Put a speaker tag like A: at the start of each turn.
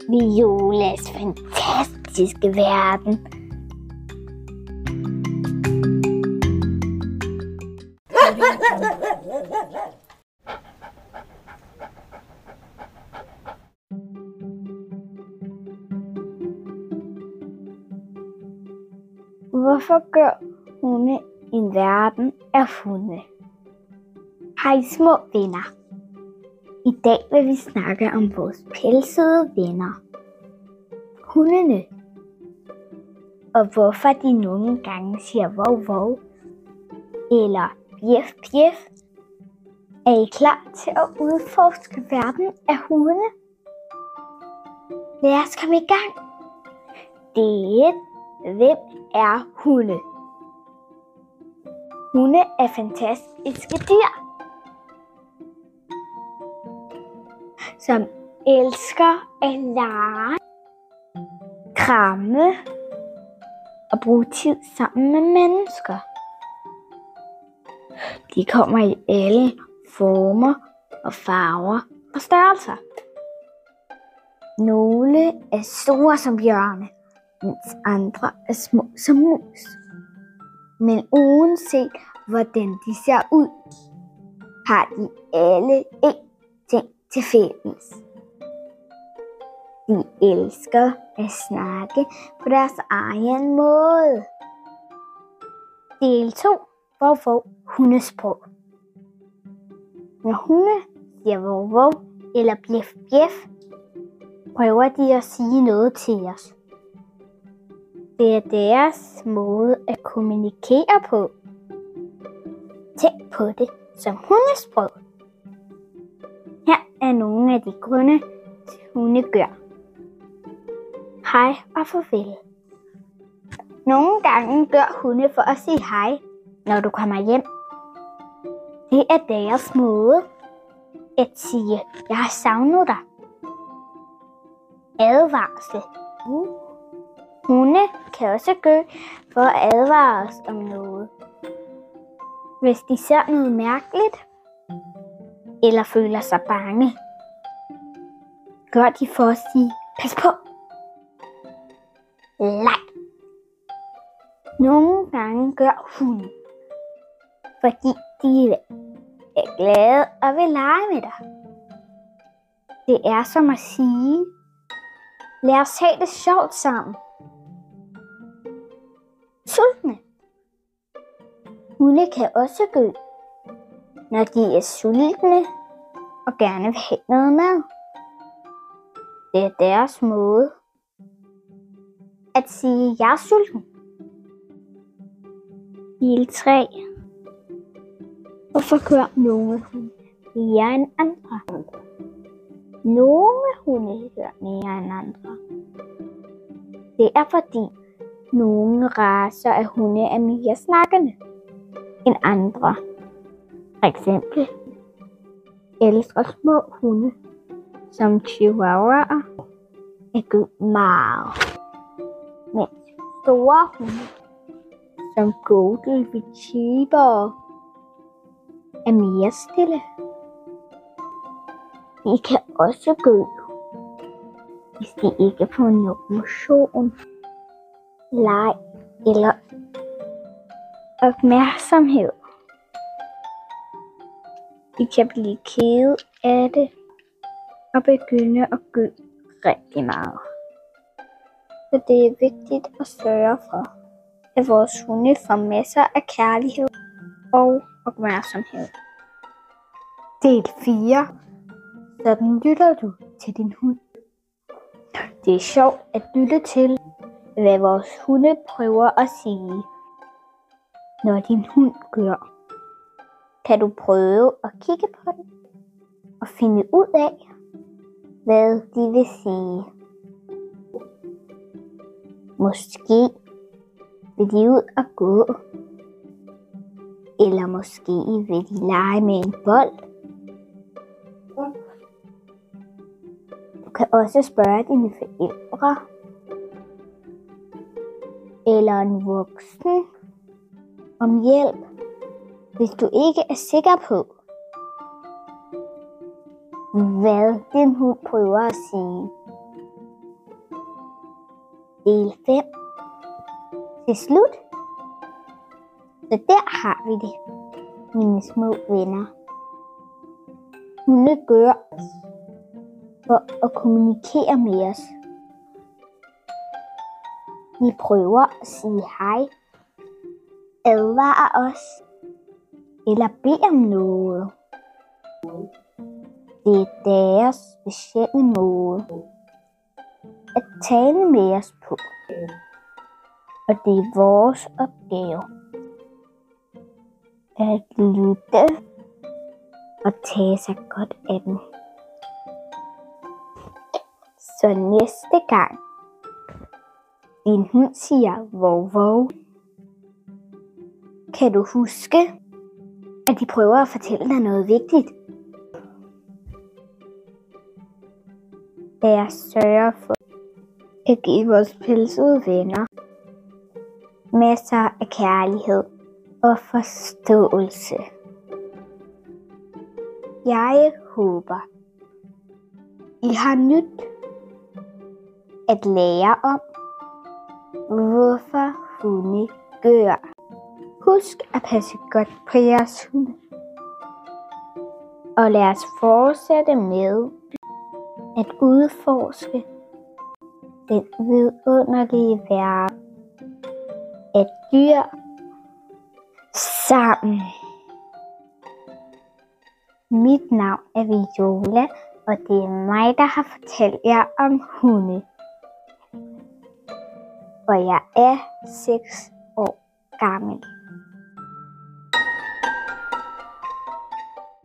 A: Violas fantastiske verden. Hvorfor gør hunde en verden af hunde? Hej små venner. I dag vil vi snakke om vores pelsede venner, hundene, og hvorfor de nogle gange siger vov vov eller bjef bjef. Er I klar til at udforske verden af hunde? Lad os komme i gang. Del 1. Hvem er hunde? Hunde er fantastiske dyr, som elsker at lege, kramme og bruge tid sammen med mennesker. De kommer i alle former og farver og størrelser. Nogle er store som bjørne, mens andre er små som mus. Men uanset hvordan de ser ud, har de alle én ting til fælles. De elsker at snakke på deres egen måde. Del 2. Vov vov, hundesprog. Når hunde siger vov vov eller bjef bjef, prøver de at sige noget til os. Det er deres måde at kommunikere på. Tænk på det som hundesprog. Her er nogle af de grunde, hunde gør. Hej og farvel. Nogle gange gør hunde for at sige hej, når du kommer hjem. Det er deres måde at sige, jeg har savnet dig. Advarsel. Hunde kan også gøre for at advare os om noget. Hvis de ser noget mærkeligt, eller føler sig bange, gør de for at sige, pas på. Leg. Nogle gange gør hunde, fordi de er glade og vil lege med dig. Det er som at sige, lad os have det sjovt sammen. Sultne. Hunde kan også gø, når de er sultne og gerne vil have noget mad. Det er deres måde at sige, jeg er sulten. Del 3. Hvorfor gør nogle hunde mere end andre? Nogle hunde gør mere end andre. Det er fordi nogle racer af hunde er mere snakkende end andre. For eksempel elsker små hunde som chihuahuaer at gå meget, mens store hunde som golden retriever er mere stille. De kan også gå, hvis de ikke får nok motion, leg eller opmærksomhed. De kan blive kede af det og begynde at gø rigtig meget. Så det er vigtigt at sørge for, at vores hunde får masser af kærlighed og opmærksomhed. Del 4. Sådan lytter du til din hund. Det er sjovt at lytte til, hvad vores hunde prøver at sige. Når din hund gør, kan du prøve at kigge på den og finde ud af, hvad de vil sige. Måske vil de ud og gå, eller måske vil de lege med en bold. Du kan også spørge dine forældre eller en voksen om hjælp, hvis du ikke er sikker på, hvad din hund prøver at sige. Del 5 til slut. Så der har vi det, mine små venner. Hunde gør for at kommunikere med os. De prøver at sige hej, advare os eller bede om noget. Det er deres specielle måde at tale med os på. Og det er vores opgave at lytte og tage sig godt af dem. Så næste gang din hund siger vov vov, kan du huske, at de prøver at fortælle dig noget vigtigt. Lad os sørge for at give vores pelsede venner masser af kærlighed og forståelse. Jeg håber, I har nyt at lære om, hvorfor hunde gør. Husk at passe godt på jeres hunde. Og lad os fortsætte med at udforske den vidunderlige verden af dyr sammen. Mit navn er Viola, og det er mig, der har fortalt jer om hunde. Og jeg er 6 år gammel.